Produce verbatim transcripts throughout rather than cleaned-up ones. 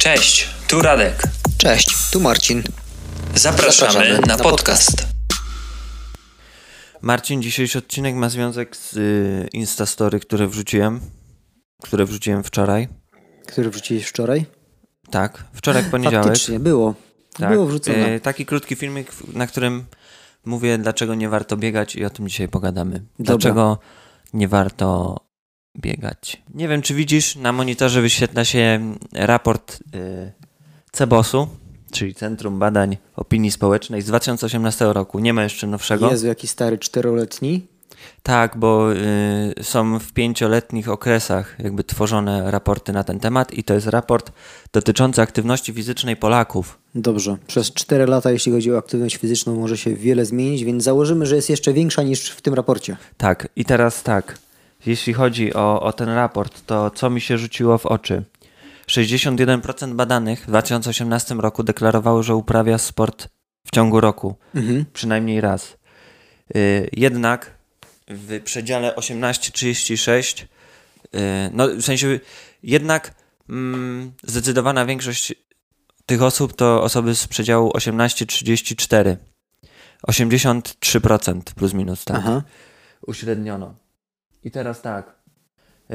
Cześć, tu Radek. Cześć, tu Marcin. Zapraszamy, Zapraszamy na, na podcast. podcast. Marcin, dzisiejszy odcinek ma związek z y, Instastory, które wrzuciłem, które wrzuciłem wczoraj. Które wrzuciłeś wczoraj? Tak, wczoraj poniedziałek. Faktycznie, było. Tak, było wrzucone. Y, taki krótki filmik, na którym mówię, dlaczego nie warto biegać i o tym dzisiaj pogadamy. Dobra. Dlaczego nie warto biegać. Nie wiem, czy widzisz, na monitorze wyświetla się raport y, Cebosu, czyli Centrum Badań Opinii Społecznej z dwa tysiące osiemnastego roku. Nie ma jeszcze nowszego. Jezu, jaki stary, czteroletni? Tak, bo y, są w pięcioletnich okresach jakby tworzone raporty na ten temat i to jest raport dotyczący aktywności fizycznej Polaków. Dobrze. Przez cztery lata, jeśli chodzi o aktywność fizyczną, może się wiele zmienić, więc założymy, że jest jeszcze większa niż w tym raporcie. Tak, i teraz tak, jeśli chodzi o, o ten raport, to co mi się rzuciło w oczy? sześćdziesiąt jeden procent badanych w dwa tysiące osiemnastym roku deklarowało, że uprawia sport w ciągu roku. Mhm. Przynajmniej raz. Yy, jednak w przedziale osiemnaście trzydzieści sześć, yy, no w sensie jednak mm, zdecydowana większość tych osób to osoby z przedziału osiemnaście trzydzieści cztery. osiemdziesiąt trzy procent plus minus, tak. Aha. Uśredniono. I teraz tak. Yy,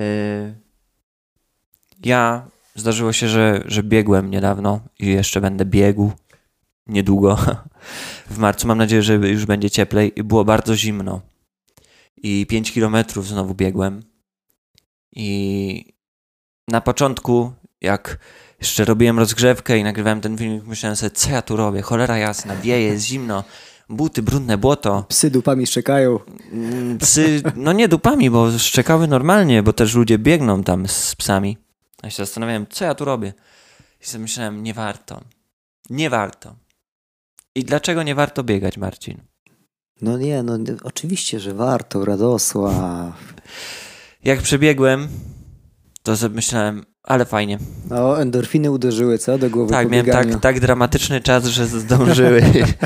ja zdarzyło się, że, że biegłem niedawno i jeszcze będę biegł niedługo. W marcu mam nadzieję, że już będzie cieplej i było bardzo zimno. I pięć kilometrów znowu biegłem. I na początku, jak jeszcze robiłem rozgrzewkę i nagrywałem ten filmik, myślałem sobie, co ja tu robię? Cholera jasna, wieje, jest zimno. Buty, brudne błoto. Psy dupami szczekają. Psy, no nie dupami, bo szczekały normalnie, bo też ludzie biegną tam z psami. Ja się zastanawiałem, co ja tu robię. I sobie myślałem, nie warto. Nie warto. I dlaczego nie warto biegać, Marcin? No nie, no oczywiście, że warto, Radosław. Jak przebiegłem, to sobie myślałem, ale fajnie. No, endorfiny uderzyły, co? Do głowy. Tak, miałem tak, tak dramatyczny czas, że zdążyły.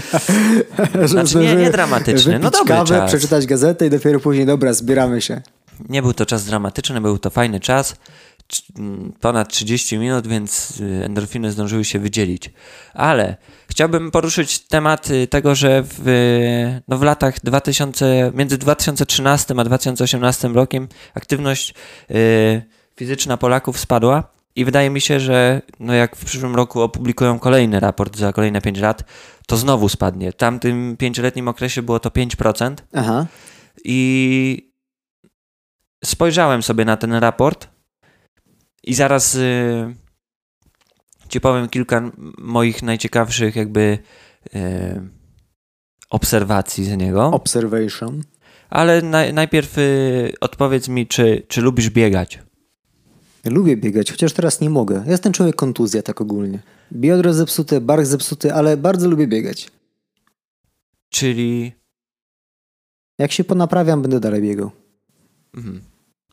Znaczy nie, nie dramatyczny, no dobry kawę, czas. Przeczytać gazetę i dopiero później, dobra, zbieramy się. Nie był to czas dramatyczny, był to fajny czas. Ponad trzydzieści minut, więc endorfiny zdążyły się wydzielić. Ale chciałbym poruszyć temat tego, że w, no w latach dwutysięcznym, między dwa tysiące trzynastym a dwa tysiące osiemnastym rokiem aktywność y, fizyczna Polaków spadła i wydaje mi się, że no jak w przyszłym roku opublikują kolejny raport za kolejne pięć lat, to znowu spadnie. W tamtym pięcioletnim okresie było to pięć procent. Aha. I spojrzałem sobie na ten raport i zaraz y, ci powiem kilka moich najciekawszych jakby y, obserwacji z niego. Observation. Ale na, najpierw y, odpowiedz mi, czy, czy lubisz biegać? Lubię biegać, chociaż teraz nie mogę. Ja jestem człowiek kontuzja tak ogólnie. Biodro zepsute, bark zepsuty, ale bardzo lubię biegać. Czyli? Jak się ponaprawiam, będę dalej biegał. Mhm.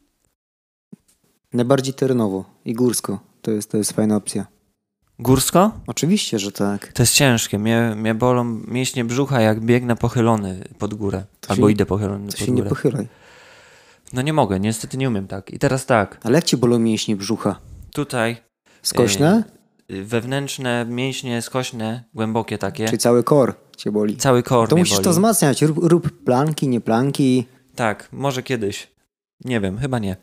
Najbardziej terenowo i górsko. To jest, to jest fajna opcja. Górsko? Oczywiście, że tak. To jest ciężkie. Mnie, mnie bolą mięśnie brzucha, jak biegnę pochylony pod górę. To Albo się, idę pochylony to pod się górę. Nie pochylaj. No nie mogę, niestety nie umiem tak. I teraz tak. Ale jak ci bolą mięśnie brzucha? Tutaj. Skośne? Yy, wewnętrzne mięśnie skośne, głębokie takie. Czyli cały kor cię boli. Cały kor To mnie musisz boli. to wzmacniać. Rób, rób planki, nie planki. Tak, może kiedyś. Nie wiem, chyba nie.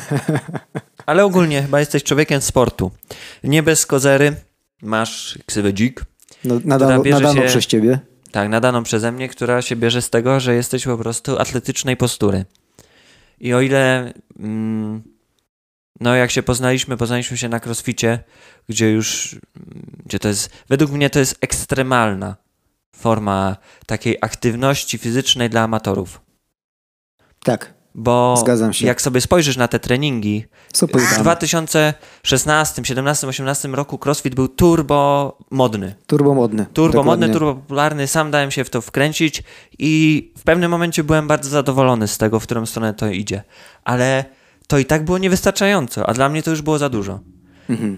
Ale ogólnie chyba jesteś człowiekiem sportu. Nie bez kozery. Masz ksywę dzik. No, nadano nadano się, przez ciebie. Tak, nadaną przeze mnie, która się bierze z tego, że jesteś po prostu atletycznej postury. I o ile mm, no jak się poznaliśmy, poznaliśmy się na crossficie, gdzie już, gdzie to jest, według mnie to jest ekstremalna forma takiej aktywności fizycznej dla amatorów. Tak. Bo zgadzam się. Jak sobie spojrzysz na te treningi, Super, w dwa tysiące szesnastym, siedemnastym, osiemnastym roku CrossFit był turbo modny. Turbo modny. Turbo modny, turbo popularny. Sam dałem się w to wkręcić i w pewnym momencie byłem bardzo zadowolony z tego, w którą stronę to idzie. Ale to i tak było niewystarczająco, a dla mnie to już było za dużo. Mhm.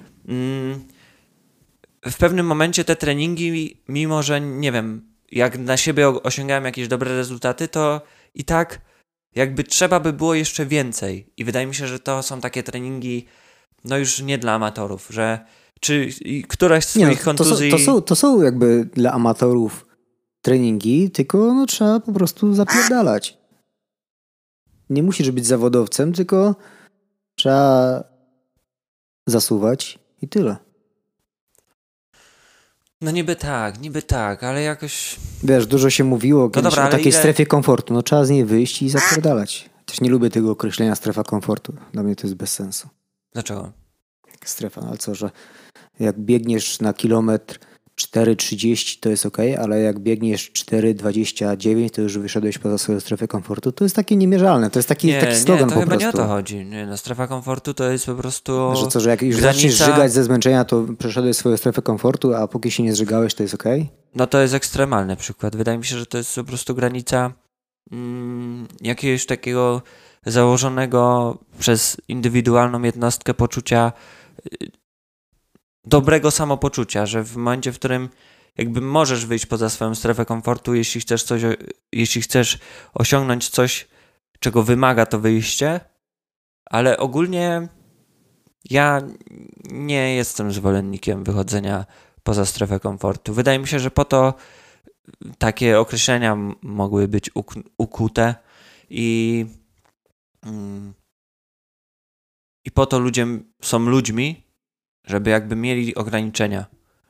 W pewnym momencie te treningi, mimo że nie wiem, jak na siebie osiągałem jakieś dobre rezultaty, to i tak jakby trzeba by było jeszcze więcej. I wydaje mi się, że to są takie treningi no już nie dla amatorów, że czy i któraś z Nie, twoich no, to, kontuzji... są, to, są, to są jakby dla amatorów treningi, tylko no, trzeba po prostu zapierdalać. Nie musisz być zawodowcem, tylko trzeba zasuwać i tyle. No niby tak, niby tak, ale jakoś... Wiesz, dużo się mówiło kiedyś dobra, o ale takiej ile- strefie komfortu. No trzeba z niej wyjść i zapierdalać. Też nie lubię tego określenia strefa komfortu. Dla mnie to jest bez sensu. Dlaczego? Strefa, no ale co, że jak biegniesz na kilometr cztery trzydzieści to jest okej, ale jak biegniesz cztery dwadzieścia dziewięć to już wyszedłeś poza swoją strefę komfortu. To jest takie niemierzalne. To jest taki, Nie, taki slogan nie, to po chyba prostu. nie o to chodzi. Nie, no, strefa komfortu to jest po prostu... Że co, że jak już granica... zaczniesz żygać ze zmęczenia, to przeszedłeś swoją strefę komfortu, a póki się nie zżygałeś, to jest okej? No to jest ekstremalny przykład. Wydaje mi się, że to jest po prostu granica mm, jakiegoś takiego założonego przez indywidualną jednostkę poczucia y, dobrego samopoczucia, że w momencie, w którym jakby możesz wyjść poza swoją strefę komfortu, jeśli chcesz coś, o- jeśli chcesz osiągnąć coś, czego wymaga to wyjście, ale ogólnie ja nie jestem zwolennikiem wychodzenia poza strefę komfortu. Wydaje mi się, że po to takie określenia m- mogły być uk- ukute i, mm, i po to ludzie m- są ludźmi, żeby jakby mieli ograniczenia.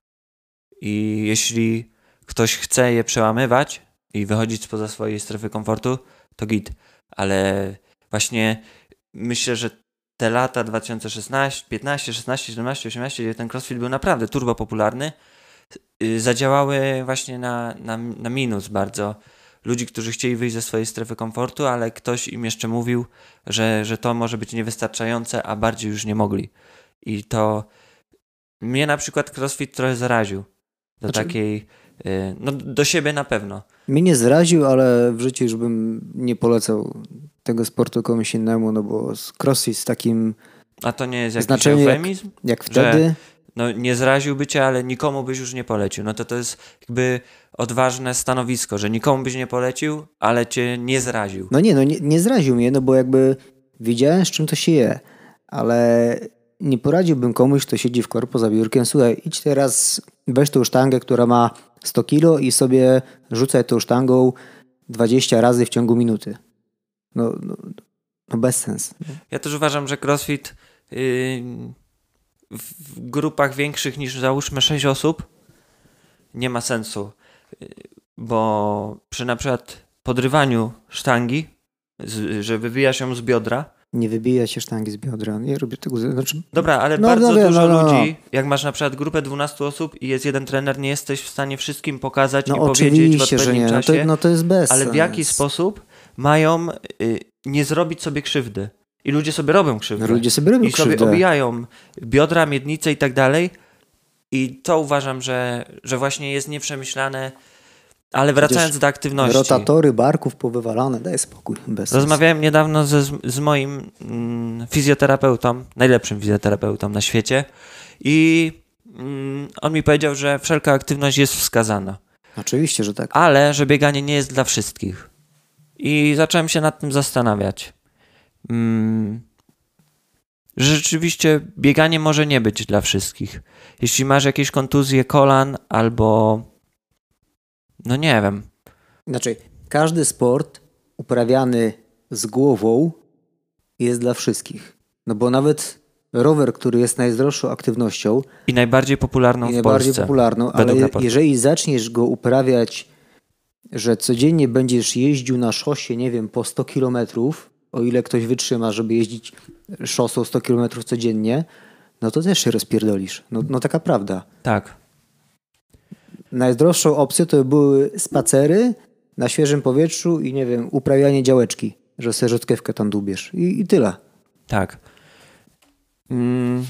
I jeśli ktoś chce je przełamywać i wychodzić spoza swojej strefy komfortu, to git. Ale właśnie myślę, że te lata dwa tysiące szesnasty, piętnaście, szesnaście, siedemnaście, osiemnaście, gdzie ten crossfit był naprawdę turbo popularny, y, zadziałały właśnie na, na, na minus bardzo. Ludzi, którzy chcieli wyjść ze swojej strefy komfortu, ale ktoś im jeszcze mówił, że, że to może być niewystarczające, a bardziej już nie mogli. I to mnie na przykład crossfit trochę zaraził. Do Znaczy- takiej, y, no do siebie na pewno. Mnie nie zraził, ale w życiu już bym nie polecał tego sportu komuś innemu, no bo crossfit z takim A to nie jest jakiś znaczeniem jak, eufemizm? jak wtedy... No nie zraziłby cię, ale nikomu byś już nie polecił. No to to jest jakby odważne stanowisko, że nikomu byś nie polecił, ale cię nie zraził. No nie, no nie, nie zraził mnie, no bo jakby wiedziałem, z czym to się je, ale nie poradziłbym komuś, kto siedzi w korpo za biurkiem, słuchaj, idź teraz, weź tą sztangę, która ma sto kilo i sobie rzucaj tą sztangą dwadzieścia razy w ciągu minuty. No, no, no bez sensu. Ja też uważam, że crossfit yy, w grupach większych niż załóżmy sześć osób nie ma sensu, Yy, bo przy na przykład podrywaniu sztangi, z, że wybijasz ją z biodra. Nie wybija się sztangi z biodra. Nie robię tego. Znaczy, Dobra, ale No, bardzo no wiem, dużo no, no, no. ludzi, jak masz na przykład grupę dwunastu osób i jest jeden trener, nie jesteś w stanie wszystkim pokazać no i powiedzieć w oczywiście, że odpowiednim nie. No czasie, to, no to jest bez ale w jaki sens. sposób mają y, nie zrobić sobie krzywdy. I ludzie sobie robią krzywdę. No, ludzie sobie robią I sobie krzywdę. obijają biodra, miednice i tak dalej. I to uważam, że, że właśnie jest nieprzemyślane. Ale wracając Przecież do aktywności. Rotatory barków powywalane, daj spokój. Bez sensu. Rozmawiałem niedawno ze, z moim mm, fizjoterapeutą, najlepszym fizjoterapeutą na świecie i mm, on mi powiedział, że wszelka aktywność jest wskazana, Oczywiście, że tak. ale że bieganie nie jest dla wszystkich. I zacząłem się nad tym zastanawiać. Mm, że rzeczywiście bieganie może nie być dla wszystkich. Jeśli masz jakieś kontuzje kolan albo no nie wiem, Znaczy, każdy sport uprawiany z głową jest dla wszystkich. No bo nawet rower, który jest najzdrowszą aktywnością i najbardziej popularną i w najbardziej Polsce. popularną, ale według je- raportu. jeżeli zaczniesz go uprawiać, że codziennie będziesz jeździł na szosie, nie wiem, po sto kilometrów, o ile ktoś wytrzyma, żeby jeździć szosą sto kilometrów codziennie, no to też się rozpierdolisz. No, no taka prawda. Tak. Najzdrowszą opcją to były spacery na świeżym powietrzu i nie wiem, uprawianie działeczki, że sobie rzodkiewkę tam dubiesz. I, i tyle. Tak. Mm,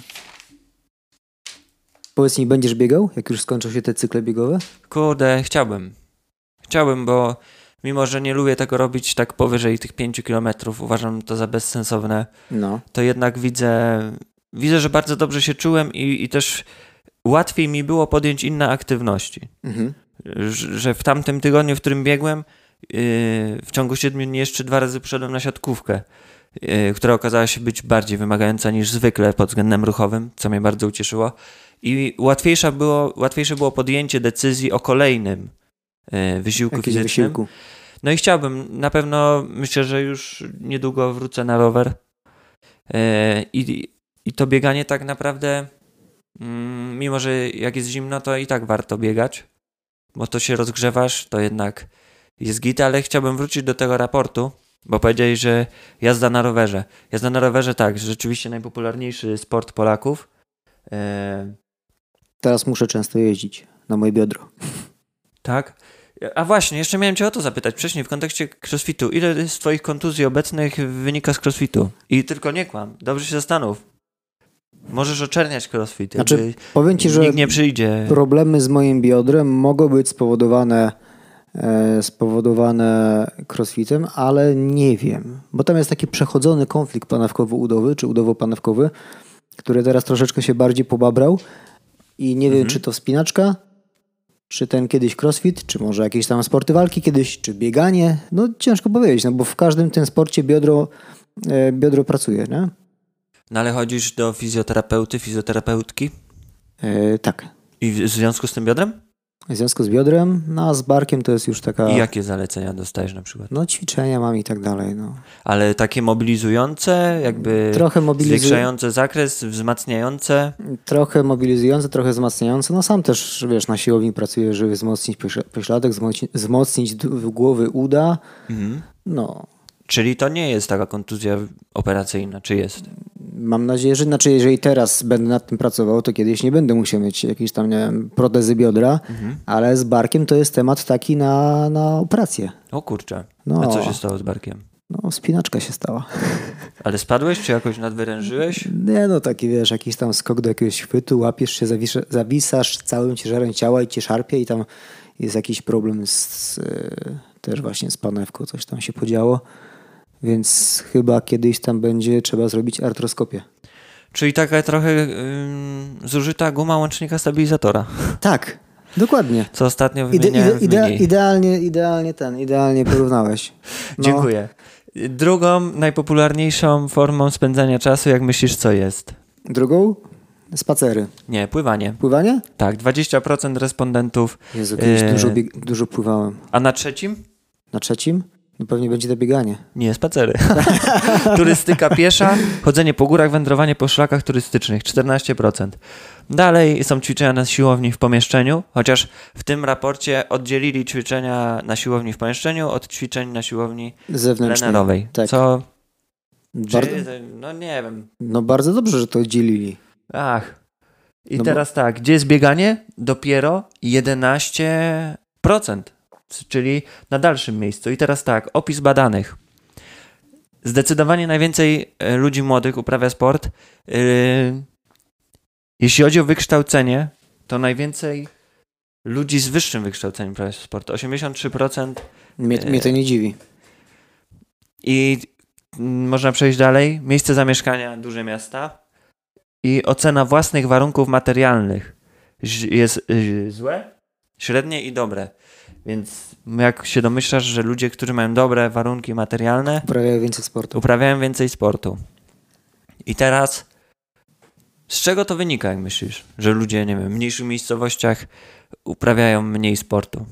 Powiedz mi, będziesz biegał, jak już skończą się te cykle biegowe? kurde, chciałbym. Chciałbym, bo mimo, że nie lubię tego robić tak powyżej tych pięciu kilometrów, uważam to za bezsensowne, No. to jednak widzę, widzę, że bardzo dobrze się czułem i, i też łatwiej mi było podjąć inne aktywności. Mhm. Że że w tamtym tygodniu, w którym biegłem, yy, w ciągu siedmiu dni jeszcze dwa razy poszedłem na siatkówkę. yy, która okazała się być bardziej wymagająca niż zwykle pod względem ruchowym, co mnie bardzo ucieszyło. I łatwiejsza było, łatwiejsze było podjęcie decyzji o kolejnym yy, wysiłku Jakieś fizycznym. wysiłku. No i chciałbym, na pewno myślę, że już niedługo wrócę na rower. Yy, i, I to bieganie tak naprawdę, yy, mimo że jak jest zimno, to i tak warto biegać, bo to się rozgrzewasz, to jednak jest git, ale chciałbym wrócić do tego raportu, bo powiedzieli, że jazda na rowerze. Jazda na rowerze tak, rzeczywiście najpopularniejszy sport Polaków. Yy, Teraz muszę często jeździć na moje biodro. tak. A właśnie, jeszcze miałem cię o to zapytać wcześniej w kontekście crossfitu. Ile z twoich kontuzji obecnych wynika z crossfitu? I tylko nie kłam, dobrze się zastanów. Możesz oczerniać crossfit. Znaczy, powiem ci, że nikt nie przyjdzie. Problemy z moim biodrem mogą być spowodowane e, spowodowane crossfitem, ale nie wiem. Bo tam jest taki przechodzony konflikt panewkowo-udowy, czy udowo-panewkowy, który teraz troszeczkę się bardziej pobabrał i nie mhm. wiem, czy to wspinaczka, czy ten kiedyś crossfit, czy może jakieś tam sporty walki kiedyś, czy bieganie. No ciężko powiedzieć, no bo w każdym tym sporcie biodro, e, biodro pracuje, nie? No ale chodzisz do fizjoterapeuty, fizjoterapeutki? E, tak. I w związku z tym biodrem? W związku z biodrem, no a z barkiem to jest już taka... I jakie zalecenia dostajesz na przykład? No ćwiczenia mam i tak dalej, no. Ale takie mobilizujące, jakby trochę mobilizu... zwiększające zakres, wzmacniające? Trochę mobilizujące, trochę wzmacniające. No sam też, wiesz, na siłowni pracuję, żeby wzmocnić pośladek, wzmocnić, wzmocnić głowy uda. Mhm. No. Czyli to nie jest taka kontuzja operacyjna, czy jest? Mam nadzieję, że znaczy jeżeli teraz będę nad tym pracował, to kiedyś nie będę musiał mieć jakiejś tam, nie wiem, protezy biodra, mhm. ale z barkiem to jest temat taki na, na operację. O kurczę. No. A co się stało z barkiem? No, spinaczka się stała. Ale spadłeś, czy jakoś nadwyrężyłeś? Nie, no taki, wiesz, jakiś tam skok do jakiegoś chwytu, łapiesz się, zawisz, zawisasz całym ciężarem ciała i cię szarpie i tam jest jakiś problem z, z, też właśnie z panewką, coś tam się podziało. Więc chyba kiedyś tam będzie trzeba zrobić artroskopię. Czyli taka trochę yy, zużyta guma łącznika stabilizatora. Tak, dokładnie. Co ostatnio Ide, wymieniałem ide, ide, w idealnie, idealnie ten, idealnie porównałeś. No. Dziękuję. Drugą, najpopularniejszą formą spędzania czasu, jak myślisz, co jest? Drugą? Spacery. Nie, pływanie. Pływanie? Tak, dwadzieścia procent respondentów. Jezu, kiedyś yy, dużo, bieg- dużo pływałem. A na trzecim? Na trzecim? No pewnie będzie to bieganie. Nie, spacery. Turystyka piesza, chodzenie po górach, wędrowanie po szlakach turystycznych, czternaście procent. Dalej są ćwiczenia na siłowni w pomieszczeniu, chociaż w tym raporcie oddzielili ćwiczenia na siłowni w pomieszczeniu od ćwiczeń na siłowni zewnętrznej. plenerowej. Tak. Co? Bardzo, Czy, no nie wiem. no bardzo dobrze, że to oddzielili. Ach. I No teraz bo... tak, gdzie jest bieganie? Dopiero jedenaście procent. Czyli na dalszym miejscu. I teraz tak, opis badanych. Zdecydowanie najwięcej ludzi młodych uprawia sport. Yy, jeśli chodzi o wykształcenie, to najwięcej ludzi z wyższym wykształceniem uprawia sport. osiemdziesiąt trzy procent. Mnie, mnie to nie dziwi. I można przejść dalej. Miejsce zamieszkania, duże miasta. I ocena własnych warunków materialnych jest yy, złe, średnie i dobre. Więc jak się domyślasz, że ludzie, którzy mają dobre warunki materialne, uprawiają więcej sportu. Uprawiają więcej sportu. I teraz z czego to wynika, jak myślisz? Że ludzie, nie wiem, w mniejszych miejscowościach uprawiają mniej sportu?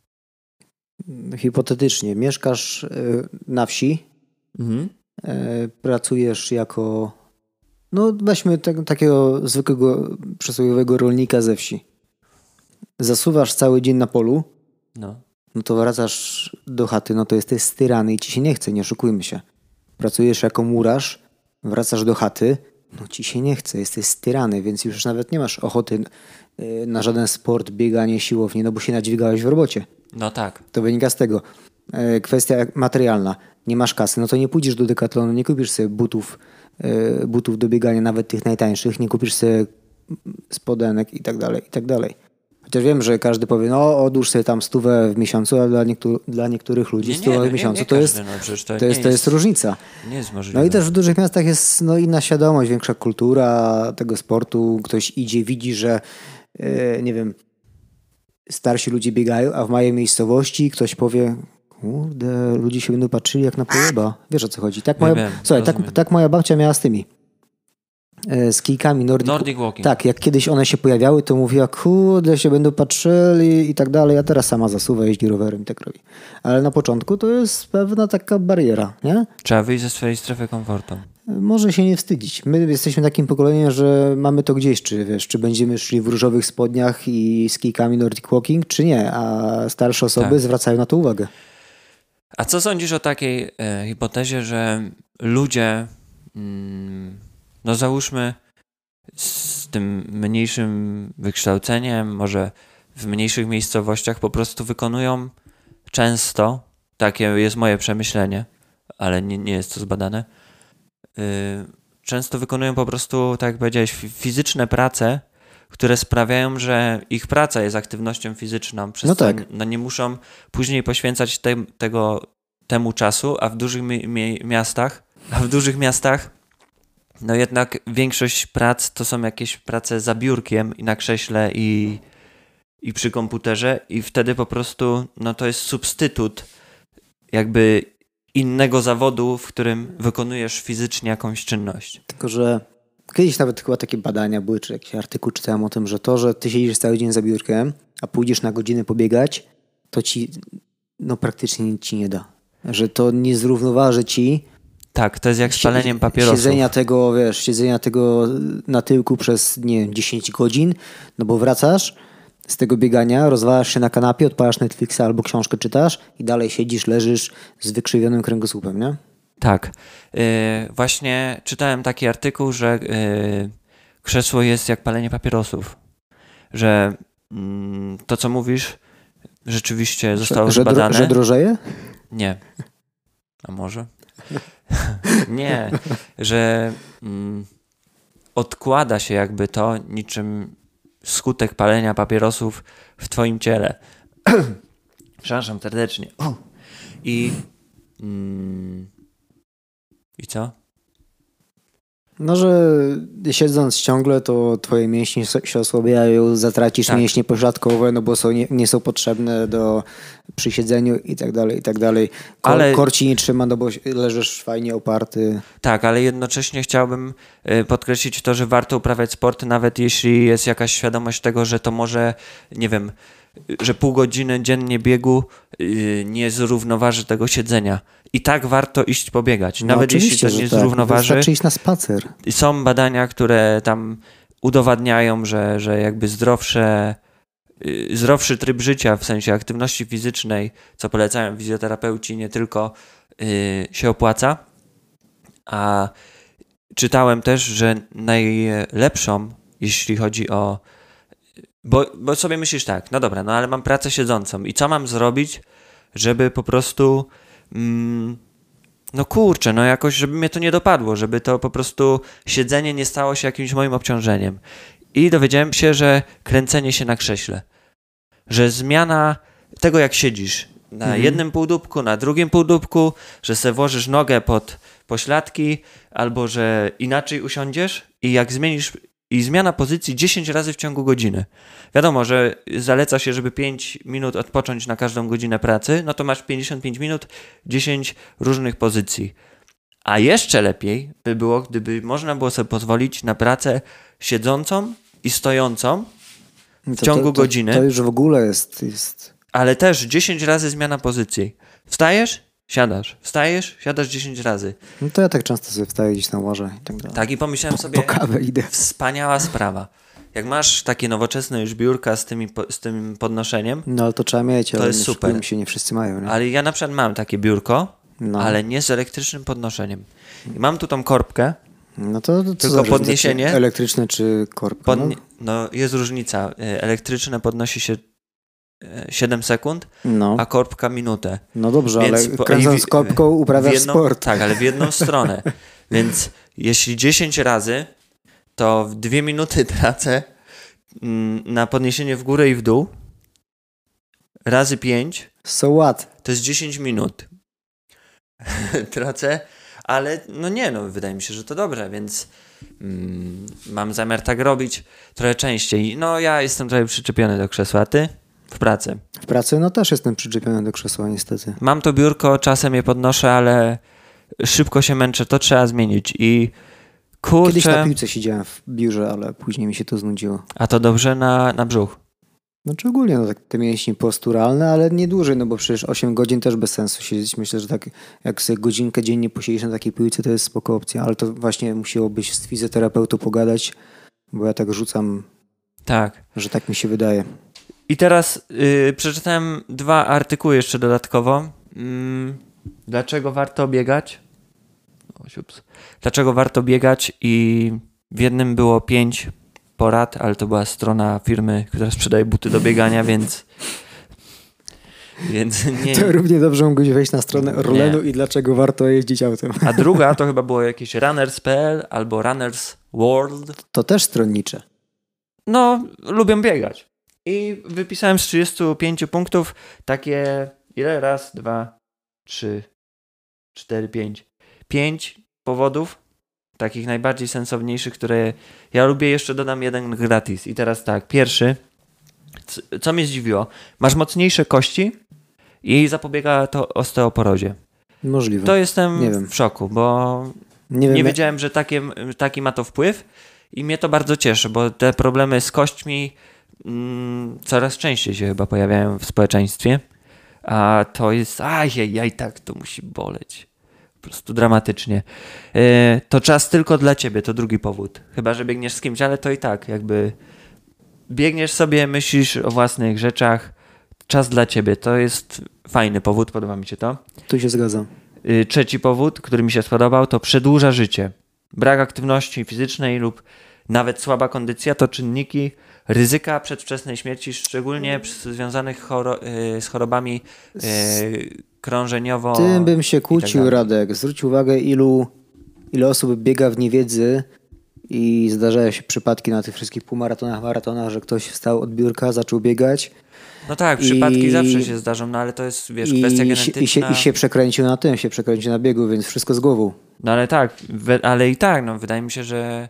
Hipotetycznie. Mieszkasz na wsi, Mhm. pracujesz jako, no weźmy tak, takiego zwykłego, przysłowiowego rolnika ze wsi. Zasuwasz cały dzień na polu, No. no to wracasz do chaty, no to jesteś styrany i ci się nie chce, nie oszukujmy się. Pracujesz jako murarz, wracasz do chaty, no ci się nie chce, jesteś styrany, więc już nawet nie masz ochoty na żaden sport, bieganie, siłownię, no bo się nadźwigałeś w robocie. No tak. To wynika z tego. Kwestia materialna. Nie masz kasy, no to nie pójdziesz do Decathlonu, nie kupisz sobie butów, butów do biegania, nawet tych najtańszych, nie kupisz sobie spodenek i tak dalej, i tak dalej. Chociaż wiem, że każdy powie, no odłóż sobie tam stówę w miesiącu, a dla, niektó- dla niektórych ludzi Nie, nie, stówę no w nie, miesiącu nie to, każdy, jest, no przecież to, to, nie jest, to jest różnica. Nie jest możliwe. No i też w dużych miastach jest no, inna świadomość, większa kultura tego sportu. Ktoś idzie, widzi, że yy, nie wiem, starsi ludzie biegają, a w mojej miejscowości ktoś powie, Kurde, ludzie się będą patrzyli jak na pojeba. Wiesz o co chodzi. Tak moja, wiem, słuchaj, tak, tak moja babcia miała z tymi. E, z kijkami Nordic, Nordic Walking. Tak, jak kiedyś one się pojawiały, to mówiła, kurde, się będą patrzyli i tak dalej. A teraz sama zasuwa, jeździ rowerem i tak robi. Ale na początku to jest pewna taka bariera, nie? Trzeba wyjść ze swojej strefy komfortu. Może się nie wstydzić. My jesteśmy takim pokoleniem, że mamy to gdzieś, czy wiesz, czy będziemy szli w różowych spodniach i z kijkami Nordic Walking, czy nie, a starsze osoby Tak. zwracają na to uwagę. A co sądzisz o takiej e, hipotezie, że ludzie, mm, no załóżmy z tym mniejszym wykształceniem, może w mniejszych miejscowościach po prostu wykonują często, takie jest moje przemyślenie, ale nie, nie jest to zbadane, yy, często wykonują po prostu, tak jak powiedziałeś, fizyczne prace, które sprawiają, że ich praca jest aktywnością fizyczną, przez No co tak. no nie muszą później poświęcać te, tego, temu czasu, a w dużych mi, mi, miastach, a w dużych miastach no jednak większość prac to są jakieś prace za biurkiem i na krześle i, i przy komputerze i wtedy po prostu no to jest substytut jakby innego zawodu, w którym wykonujesz fizycznie jakąś czynność. Tylko, że kiedyś nawet chyba takie badania były, czy jakiś artykuł czytałem o tym, że to, że ty siedzisz cały dzień za biurkiem, a pójdziesz na godzinę pobiegać, to ci no praktycznie nic ci nie da. Że to nie zrównoważy ci Tak, to jest jak z paleniem papierosów. Siedzenia tego, wiesz, siedzenia tego na tyłku przez, nie wiem, dziesięć godzin, no bo wracasz z tego biegania, rozwalasz się na kanapie, odpalasz Netflixa albo książkę czytasz i dalej siedzisz, leżysz z wykrzywionym kręgosłupem, nie? Tak. Yy, właśnie czytałem taki artykuł, że yy, krzesło jest jak palenie papierosów. Że yy, to, co mówisz, rzeczywiście zostało że, zbadane. Że, że drożeje? Nie. A może? Nie. Że mm, odkłada się jakby to niczym skutek palenia papierosów w twoim ciele. Przepraszam serdecznie. I mm, i co? No, że siedząc ciągle, to twoje mięśnie się osłabiają, zatracisz Tak. mięśnie pośladkowe, no bo są, nie, nie są potrzebne do przy siedzeniu i tak dalej, i tak dalej. Kor, Ale- Kor ci nie trzyma, no bo leżysz fajnie oparty. Tak, ale jednocześnie chciałbym y, podkreślić to, że warto uprawiać sport, nawet jeśli jest jakaś świadomość tego, że to może, nie wiem, y, że pół godziny dziennie biegu y, nie zrównoważy tego siedzenia. I tak warto iść pobiegać. No Nawet jeśli oczywiście, to że nie tak. zrównoważy. Wystarczy iść na spacer. Są badania, które tam udowadniają, że, że jakby zdrowsze, y, zdrowszy tryb życia, w sensie aktywności fizycznej, co polecają fizjoterapeuci, nie tylko y, się opłaca. A czytałem też, że najlepszą, jeśli chodzi o... Bo, bo sobie myślisz tak, no dobra, no ale mam pracę siedzącą i co mam zrobić, żeby po prostu... Mm, no kurczę, no jakoś, żeby mnie to nie dopadło, żeby to po prostu siedzenie nie stało się jakimś moim obciążeniem. I dowiedziałem się, że kręcenie się na krześle, że zmiana tego, jak siedzisz na Mhm. jednym półdubku, na drugim półdubku, że se włożysz nogę pod pośladki, albo że inaczej usiądziesz i jak zmienisz, i zmiana pozycji dziesięć razy w ciągu godziny. Wiadomo, że zaleca się, żeby pięć minut odpocząć na każdą godzinę pracy, no to masz pięćdziesiąt pięć minut, dziesięć różnych pozycji. A jeszcze lepiej by było, gdyby można było sobie pozwolić na pracę siedzącą i stojącą w To, ciągu to, to, godziny, To już w ogóle jest... jest... ale też dziesięć razy zmiana pozycji. Wstajesz, siadasz, wstajesz, siadasz dziesięć razy. No to ja tak często sobie wstaję gdzieś na łoże i tak dalej. Tak, i pomyślałem sobie, Po kawę idę. wspaniała sprawa. Jak masz takie nowoczesne już biurka z, tymi, po- z tym podnoszeniem, No ale to trzeba mieć, ale jest nie super. super. się nie wszyscy mają. Nie? ale ja na przykład mam takie biurko, No. ale nie z elektrycznym podnoszeniem. I mam tu tą korbkę, No to, to co Tylko za różnica, podniesienie? czy elektryczne czy korbka? podni- no jest różnica. Y, Elektryczne podnosi się y, siedem sekund, No, a korbka minutę. no dobrze, Więc ale po- kręcąc i w- korbką w uprawiasz jedną, sport. Tak, ale w jedną stronę. Więc jeśli dziesięć razy, to w dwie minuty tracę mm, na podniesienie w górę i w dół, razy pięć, So what? to jest dziesięć minut. Tracę, ale no nie, no wydaje mi się, że to dobre, więc mm, mam zamiar tak robić trochę częściej. No ja jestem trochę przyczepiony do krzesła, a ty? w pracy. W pracy no też jestem przyczepiony do krzesła niestety. Mam to biurko, czasem je podnoszę, ale szybko się męczę, to trzeba zmienić i kurczę... Kiedyś na piłce siedziałem w biurze, ale później mi się to znudziło. A to dobrze na, na brzuch. Znaczy ogólnie no, tak, te mięśnie posturalne, ale nie dłużej, no bo przecież osiem godzin też bez sensu siedzieć. Myślę, że tak jak sobie godzinkę dziennie posiedzieć na takiej piłce, to jest spoko opcja, ale to właśnie musiałobyś z fizjoterapeutą pogadać, bo ja tak rzucam, Tak. że tak mi się wydaje. I teraz yy, przeczytałem dwa artykuły jeszcze dodatkowo. Mm, dlaczego warto biegać? O, siups. Dlaczego warto biegać i w jednym było pięć porad, ale to była strona firmy, która sprzedaje buty do biegania, więc więc nie. To równie dobrze mógłbyś wejść na stronę Orlenu Nie. i dlaczego warto jeździć autem. A druga to chyba było jakieś runners kropka p l albo Runners World. To też stronnicze. No, lubią biegać. I wypisałem z trzydziestu pięciu punktów takie, ile? Raz, dwa, trzy, cztery, pięć. Pięć powodów, takich najbardziej sensowniejszych, które ja lubię. Jeszcze dodam jeden gratis. I teraz tak, pierwszy, c- co mnie zdziwiło, masz mocniejsze kości i zapobiega to osteoporozie. Możliwe. To jestem Nie wiem. w szoku, bo Nie, wiem, nie ja- wiedziałem, że takie, taki ma to wpływ i mnie to bardzo cieszy, bo te problemy z kośćmi mm, coraz częściej się chyba pojawiają w społeczeństwie, a to jest, ajajaj, tak, to musi boleć. Po prostu dramatycznie. Yy, to czas tylko dla ciebie, to drugi powód. Chyba że biegniesz z kimś, ale to i tak, jakby biegniesz sobie, myślisz o własnych rzeczach, czas dla ciebie, to jest fajny powód, podoba mi się to. Tu się zgadzam. Yy, Trzeci powód, który mi się spodobał, to przedłuża życie. Brak aktywności fizycznej lub nawet słaba kondycja to czynniki ryzyka przedwczesnej śmierci, szczególnie przy- związanych choro- yy, z chorobami yy, krążeniowo... Tym bym się i tak kłócił, dalej. Radek. Zwróć uwagę, ilu, ile osób biega w niewiedzy i zdarzają się przypadki na tych wszystkich półmaratonach, maratonach, że ktoś wstał od biurka, zaczął biegać No tak, przypadki I- zawsze się zdarzą, no ale to jest, wiesz, i, kwestia się, genetyczna. i, się, i się przekręcił na tym, się przekręcił na biegu, więc wszystko z głową. No ale tak, we, ale i tak, no wydaje mi się, że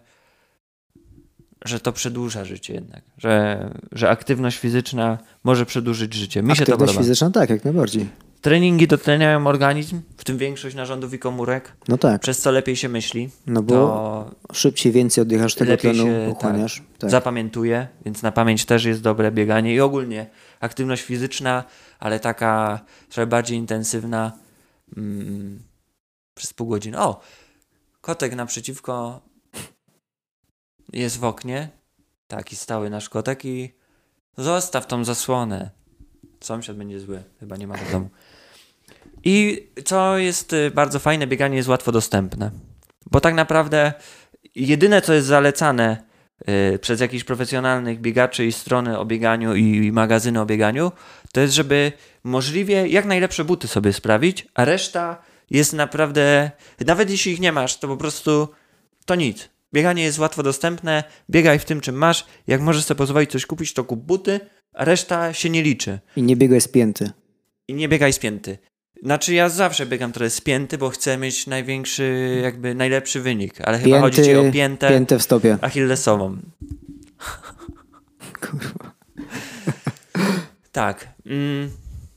że to przedłuża życie jednak, że, że aktywność fizyczna może przedłużyć życie. Mi się to Aktywność podoba. fizyczna, tak, jak najbardziej. Treningi dotleniają organizm, w tym większość narządów i komórek, No tak, przez co lepiej się myśli, no bo to szybciej, więcej oddychasz tego lepiej tlenu, się uchłaniasz. tak, Tak. zapamiętuje, więc na pamięć też jest dobre bieganie i ogólnie aktywność fizyczna, ale taka trochę bardziej intensywna mm, przez pół godziny. O! Kotek naprzeciwko jest w oknie, taki stały nasz kotek i zostaw tą zasłonę. Sąsiad będzie zły, chyba nie ma w domu. I co jest y, bardzo fajne, bieganie jest łatwo dostępne. Bo tak naprawdę jedyne, co jest zalecane y, przez jakichś profesjonalnych biegaczy i strony o bieganiu i, i magazyny o bieganiu, to jest, żeby możliwie jak najlepsze buty sobie sprawić, a reszta jest naprawdę, nawet jeśli ich nie masz, to po prostu to nic. Bieganie jest łatwo dostępne, biegaj w tym, czym masz. Jak możesz sobie pozwolić coś kupić, to kup buty, a reszta się nie liczy. I nie biegaj spięty. I nie biegaj spięty. Znaczy ja zawsze biegam trochę spięty, bo chcę mieć największy, jakby najlepszy wynik. Ale chyba chodzi ci o piętę piętę w stopie. achillesową. Kurwa. Tak. Mm.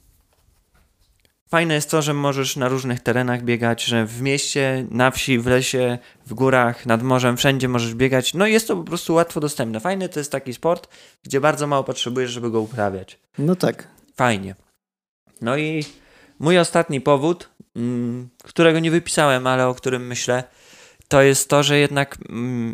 Fajne jest to, że możesz na różnych terenach biegać, że w mieście, na wsi, w lesie, w górach, nad morzem, wszędzie możesz biegać. No i jest to po prostu łatwo dostępne. Fajny to jest taki sport, gdzie bardzo mało potrzebujesz, żeby go uprawiać. No tak. Fajnie. No i mój ostatni powód, mm, którego nie wypisałem, ale o którym myślę, to jest to, że jednak mm,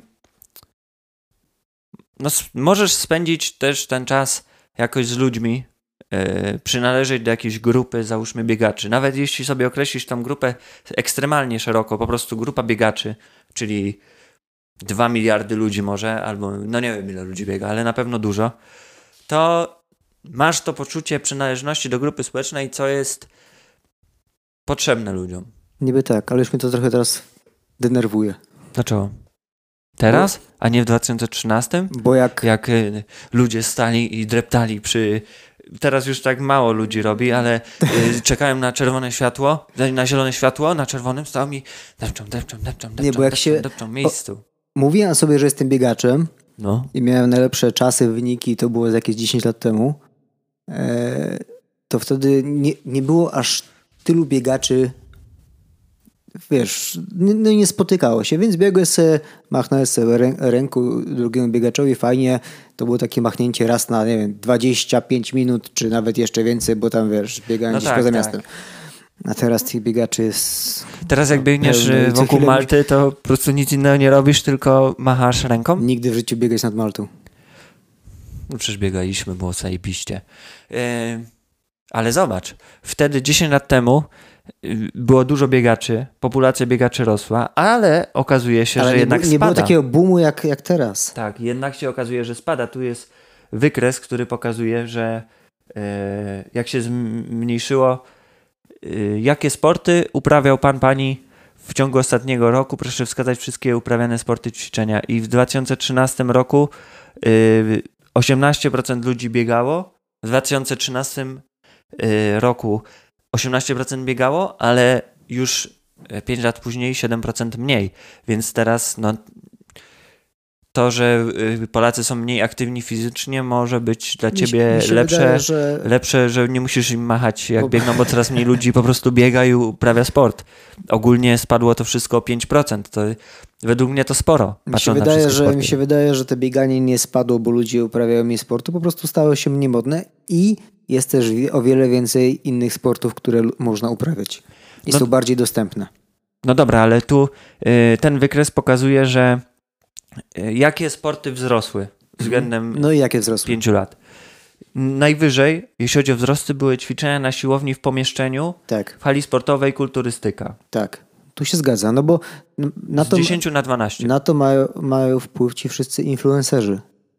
no, s- możesz spędzić też ten czas jakoś z ludźmi, yy, przynależeć do jakiejś grupy, załóżmy biegaczy. Nawet jeśli sobie określisz tą grupę ekstremalnie szeroko, po prostu grupa biegaczy, czyli dwa miliardy ludzi może, albo no nie wiem ile ludzi biega, ale na pewno dużo, to masz to poczucie przynależności do grupy społecznej, co jest potrzebne ludziom. Niby tak, ale już mnie to trochę teraz denerwuje. Dlaczego? Teraz? A nie w dwa tysiące trzynastym? Bo jak... Jak y, ludzie stali i dreptali przy... Teraz już tak mało ludzi robi, ale y, czekałem na czerwone światło, na zielone światło, na czerwonym stał mi depczą, depczą, depczą, depczą, Nie, bo jak depczą, się- depczą, miejscu. Mówiłem sobie, że jestem biegaczem No. i miałem najlepsze czasy, wyniki, to było z jakieś dziesięć lat temu. e, to wtedy nie, nie było aż tylu biegaczy, wiesz, no nie spotykało się, więc biegłeś sobie, machnąłeś sobie rę, ręku drugiemu biegaczowi, fajnie, to było takie machnięcie raz na, nie wiem, dwadzieścia pięć minut, czy nawet jeszcze więcej, bo tam, wiesz, biegałem No gdzieś tak, poza tak. miastem. A teraz tych biegaczy jest... Teraz jak biegniesz pełno. Co wokół chwilę Malty, to po prostu nic innego nie robisz, tylko machasz ręką? Nigdy w życiu biegać nad Maltą. No przecież biegaliśmy, było zajebiście. Yy, ale zobacz, wtedy dziesięć lat temu yy, było dużo biegaczy, populacja biegaczy rosła, ale okazuje się, Ale że nie, jednak bu- nie spada. było takiego boomu jak, jak teraz. Tak, jednak się okazuje, że spada. Tu jest wykres, który pokazuje, że yy, jak się zmniejszyło, yy, jakie sporty uprawiał pan, pani w ciągu ostatniego roku. Proszę wskazać wszystkie uprawiane sporty, ćwiczenia. I w dwa tysiące trzynastym roku yy, osiemnaście procent ludzi biegało. W dwa tysiące trzynastym yy, roku osiemnaście procent biegało, ale już pięć lat później siedem procent mniej. Więc teraz no, to, że yy, Polacy są mniej aktywni fizycznie, może być dla Mi się- ciebie mi się lepsze, wydaje, że... lepsze, że nie musisz im machać jak Bo- biegną, bo coraz mniej ludzi po prostu biega i uprawia sport. Ogólnie spadło to wszystko o pięć procent. To według mnie to sporo. Mi się, patrząc na wydaje, wszystkie że, sporty. mi się wydaje, że to bieganie nie spadło, bo ludzie uprawiają mniej sportu, po prostu stało się mniej modne i jest też wi- o wiele więcej innych sportów, które l- można uprawiać i No- są bardziej dostępne. No dobra, ale tu y, ten wykres pokazuje, że y, jakie sporty wzrosły względem No i jakie wzrosły? pięciu lat. Najwyżej, jeśli chodzi o wzrosty, były ćwiczenia na siłowni w pomieszczeniu, Tak, w hali sportowej, kulturystyka. tak. Tu się zgadza, no bo n- na Z to, dziesięć na dwanaście. na to mają, mają wpływ ci wszyscy influencerzy.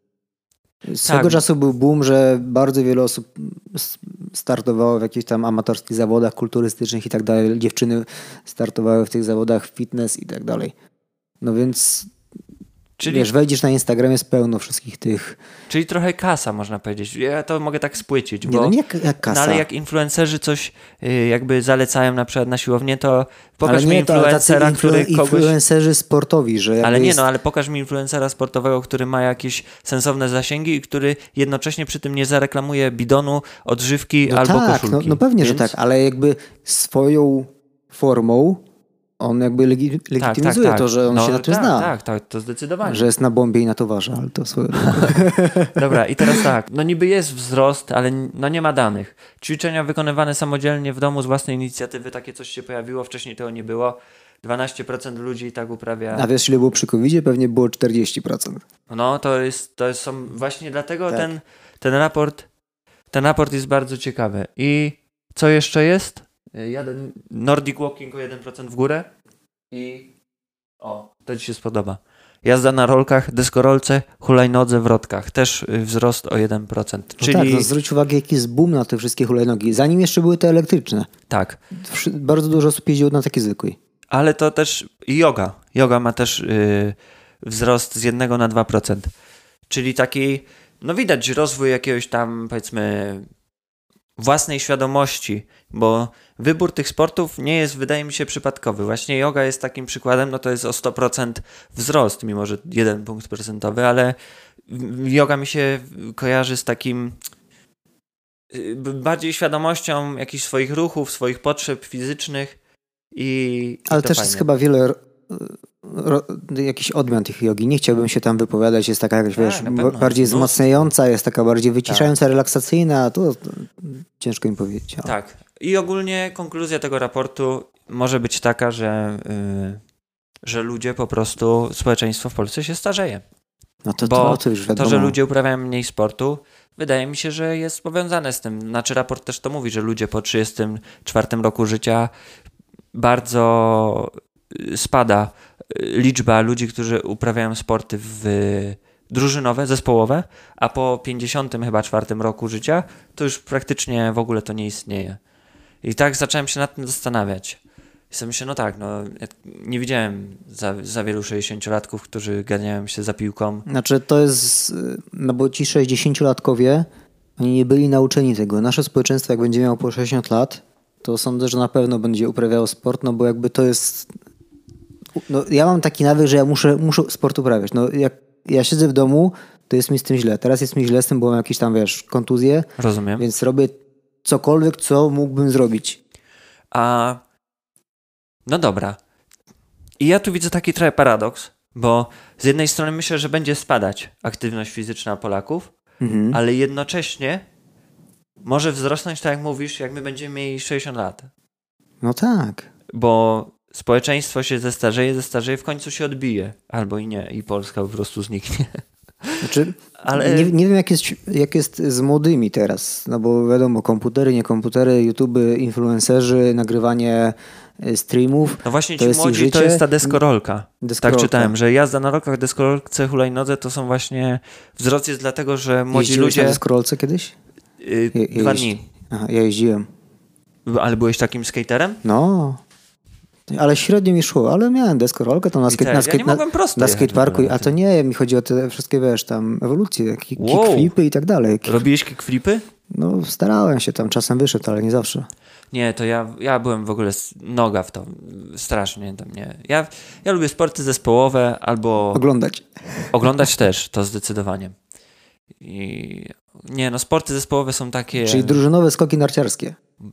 Z Tak. tego czasu był boom, że bardzo wiele osób s- startowało w jakichś tam amatorskich zawodach kulturystycznych i tak dalej. Dziewczyny startowały w tych zawodach fitness i tak dalej. No więc Czyli, wiesz, wejdziesz na Instagram, jest pełno wszystkich tych... czyli trochę kasa, można powiedzieć. Ja to mogę tak spłycić, Nie, bo no nie jak, jak kasa. no ale jak influencerzy coś y, jakby zalecają na przykład na siłownię, to pokaż ale mi nie, to ale tacy influencera, influ- który kogoś... influencerzy sportowi, że jakby Ale nie jest... no, ale pokaż mi influencera sportowego, który ma jakieś sensowne zasięgi i który jednocześnie przy tym nie zareklamuje bidonu, odżywki No albo tak, no, koszulki. no pewnie, Więc... że tak, ale jakby swoją formą on jakby legi- tak, legitymizuje tak, tak. to, że on no, się na tym tak, zna. Tak, tak, to zdecydowanie. Że jest na bombie i na towarze, ale to swoje... Dobra, i teraz tak, no niby jest wzrost, ale no nie ma danych. Ćwiczenia wykonywane samodzielnie w domu z własnej inicjatywy, takie coś się pojawiło, wcześniej tego nie było. dwanaście procent ludzi tak uprawia. A wiesz, ile było przy kowidzie? Pewnie było czterdzieści procent. No to jest, to jest są właśnie dlatego Tak. ten, ten raport ten raport jest bardzo ciekawy. I co jeszcze jest? Jadę Nordic Walking o jeden procent w górę i o, to ci się spodoba. Jazda na rolkach, deskorolce, hulajnodze, wrotkach. Też y, wzrost o jeden procent. No Czyli tak, no zwróć uwagę, jaki jest boom na te wszystkie hulajnogi. Zanim jeszcze były te elektryczne. tak. Wszy- Bardzo dużo osób jeździło na takiej zwykłej. Ale to też i yoga. Yoga ma też y, wzrost z jednego na dwa procent. Czyli taki, no widać rozwój jakiegoś tam, powiedzmy, własnej świadomości, bo wybór tych sportów nie jest, wydaje mi się, przypadkowy. Właśnie yoga jest takim przykładem, no to jest o sto procent wzrost, mimo że jeden punkt procentowy, ale yoga mi się kojarzy z takim y, bardziej świadomością jakichś swoich ruchów, swoich potrzeb fizycznych i, i Ale to też fajne. jest chyba wiele ro, jakichś odmian tych jogi. Nie chciałbym się tam wypowiadać. Jest taka jakaś, Tak, wiesz, na pewno. bardziej Mnóstwo. wzmacniająca, jest taka bardziej wyciszająca, relaksacyjna. A to, to ciężko mi powiedzieć. Ale... Tak. I ogólnie konkluzja tego raportu może być taka, że, yy, że ludzie po prostu, społeczeństwo w Polsce się starzeje. No to, Bo to, to już wiadomo. To, że ludzie uprawiają mniej sportu, wydaje mi się, że jest powiązane z tym. Znaczy raport też to mówi, że ludzie po trzydziestym czwartym roku życia bardzo spada liczba ludzi, którzy uprawiają sporty w drużynowe, zespołowe, a po pięćdziesiątym chyba czwartym roku życia to już praktycznie w ogóle to nie istnieje. I tak zacząłem się nad tym zastanawiać. I sobie myślę, no tak, no ja nie widziałem za, za wielu sześćdziesięciolatków, którzy ganiają się za piłką. Znaczy to jest, no bo ci sześćdziesięciolatkowie, oni nie byli nauczeni tego. Nasze społeczeństwo, jak będzie miało po sześćdziesiąt lat, to sądzę, że na pewno będzie uprawiało sport, no bo jakby to jest... No, ja mam taki nawyk, że ja muszę, muszę sport uprawiać. No, jak ja siedzę w domu, to jest mi z tym źle. Teraz jest mi źle z tym, bo mam jakieś tam, wiesz, kontuzje. Rozumiem. Więc robię cokolwiek, co mógłbym zrobić. A no dobra. I ja tu widzę taki trochę paradoks, bo z jednej strony myślę, że będzie spadać aktywność fizyczna Polaków, mhm. ale jednocześnie może wzrosnąć, tak jak mówisz, jak my będziemy mieli sześćdziesiąt lat. No tak. Bo społeczeństwo się zestarzeje, zestarzeje, w końcu się odbije. Albo i nie, i Polska po prostu zniknie. Znaczy, ale... nie, nie wiem, jak jest, jak jest z młodymi teraz, no bo wiadomo, komputery, nie komputery, YouTube, influencerzy, nagrywanie streamów. No właśnie to ci jest młodzi to jest ta deskorolka. deskorolka. Tak czytałem, że jazda na rolkach, deskorolce, hulajnodze to są właśnie, wzrost jest dlatego, że młodzi Jeździłeś ludzie... na deskorolce kiedyś? Yy, je, dwa jeździ... dni. Aha, ja jeździłem. Ale byłeś takim skaterem? No, ale średnio mi szło, ale miałem deskorolkę tam na, skate, na, skate, ja nie na, na skateparku, a to nie, mi chodzi o te wszystkie, wiesz, tam ewolucje, kick, wow. kickflipy i tak dalej. Kick... Robiłeś kickflipy? No starałem się tam, czasem wyszedł, ale nie zawsze. Nie, to ja, ja byłem w ogóle noga w to, strasznie tam nie. Ja, ja lubię sporty zespołowe albo... Oglądać. Oglądać też, to zdecydowanie. I nie, no sporty zespołowe są takie... Czyli drużynowe skoki narciarskie.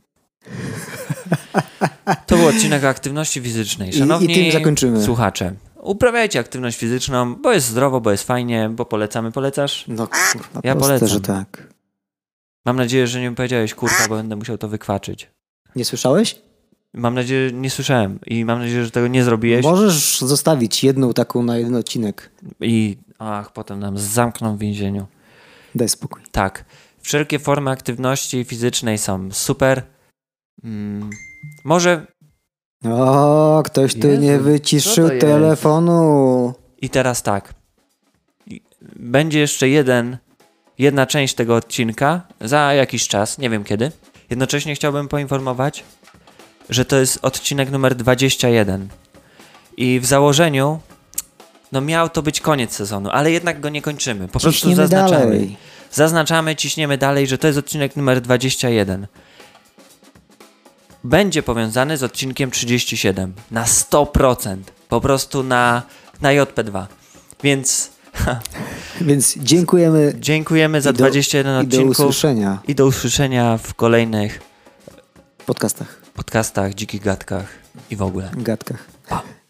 To był odcinek o aktywności fizycznej. Szanowni I, i tym zakończymy. słuchacze, uprawiajcie aktywność fizyczną, bo jest zdrowo, bo jest fajnie, bo polecamy. Polecasz? No kurwa, ja proste, polecam. że tak. Mam nadzieję, że nie powiedziałeś kurwa, bo będę musiał to wykwaczyć. Nie słyszałeś? Mam nadzieję, nie słyszałem i mam nadzieję, że tego nie zrobiłeś. Możesz zostawić jedną taką na jeden odcinek. I ach, potem nam zamkną w więzieniu. Daj spokój. Tak. Wszelkie formy aktywności fizycznej są super. Hmm. Może... O, ktoś tu Jezu, nie wyciszył telefonu. I teraz tak. Będzie jeszcze jeden, jedna część tego odcinka za jakiś czas, nie wiem kiedy. Jednocześnie chciałbym poinformować, że to jest odcinek numer dwadzieścia jeden. I w założeniu no miał to być koniec sezonu, ale jednak go nie kończymy. Po prostu ciśniemy zaznaczamy. Dalej. Zaznaczamy, ciśniemy dalej, że to jest odcinek numer dwadzieścia jeden. Będzie powiązany z odcinkiem trzydzieści siedem. Na sto procent. Po prostu na, na J P dwa. Więc... Więc dziękujemy. Dziękujemy za do, dwadzieścia jeden odcinków. I do usłyszenia. I do usłyszenia w kolejnych podcastach. Podcastach, dzikich gadkach i w ogóle. Gadkach. Pa.